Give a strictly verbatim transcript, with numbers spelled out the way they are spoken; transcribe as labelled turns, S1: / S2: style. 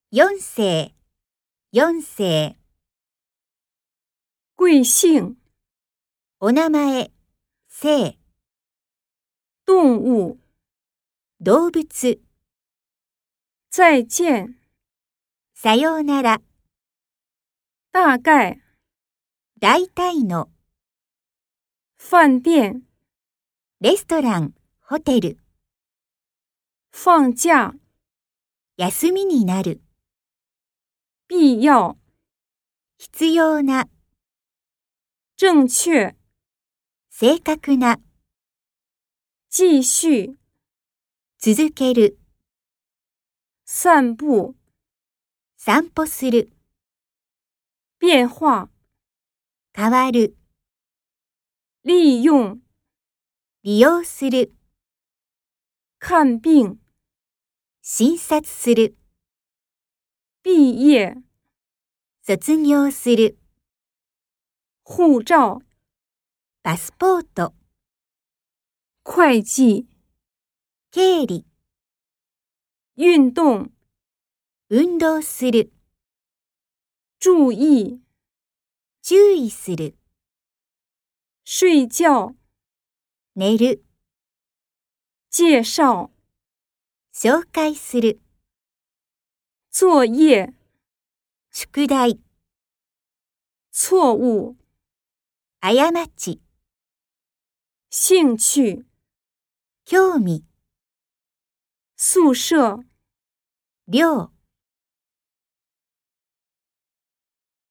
S1: 四世、四世。
S2: 贵姓、
S1: お名前、姓。
S2: 动物、
S1: 動物。
S2: 再见、
S1: さようなら。
S2: 大概、
S1: 大体の。
S2: 饭店、
S1: レストラン、ホテル。
S2: 放假、
S1: 休みになる。
S2: 必要、
S1: 必要な。
S2: 正确、
S1: 正確な。
S2: 继续、
S1: 続ける。
S2: 散步、
S1: 散歩する。
S2: 变化、
S1: 変わる。
S2: 利用、
S1: 利用する。
S2: 看病、
S1: 診察する。
S2: 毕业、
S1: 卒業する。
S2: 护照、
S1: パスポート。
S2: 会计、
S1: 経理。
S2: 运动、
S1: 運動する。
S2: 注意、
S1: 注意する。
S2: 睡觉、
S1: 寝る。
S2: 介绍、
S1: 紹介する。
S2: 作业、
S1: 宿題。
S2: 错误、
S1: 過ち。
S2: 兴趣、
S1: 興味。
S2: 宿舍、
S1: 寮。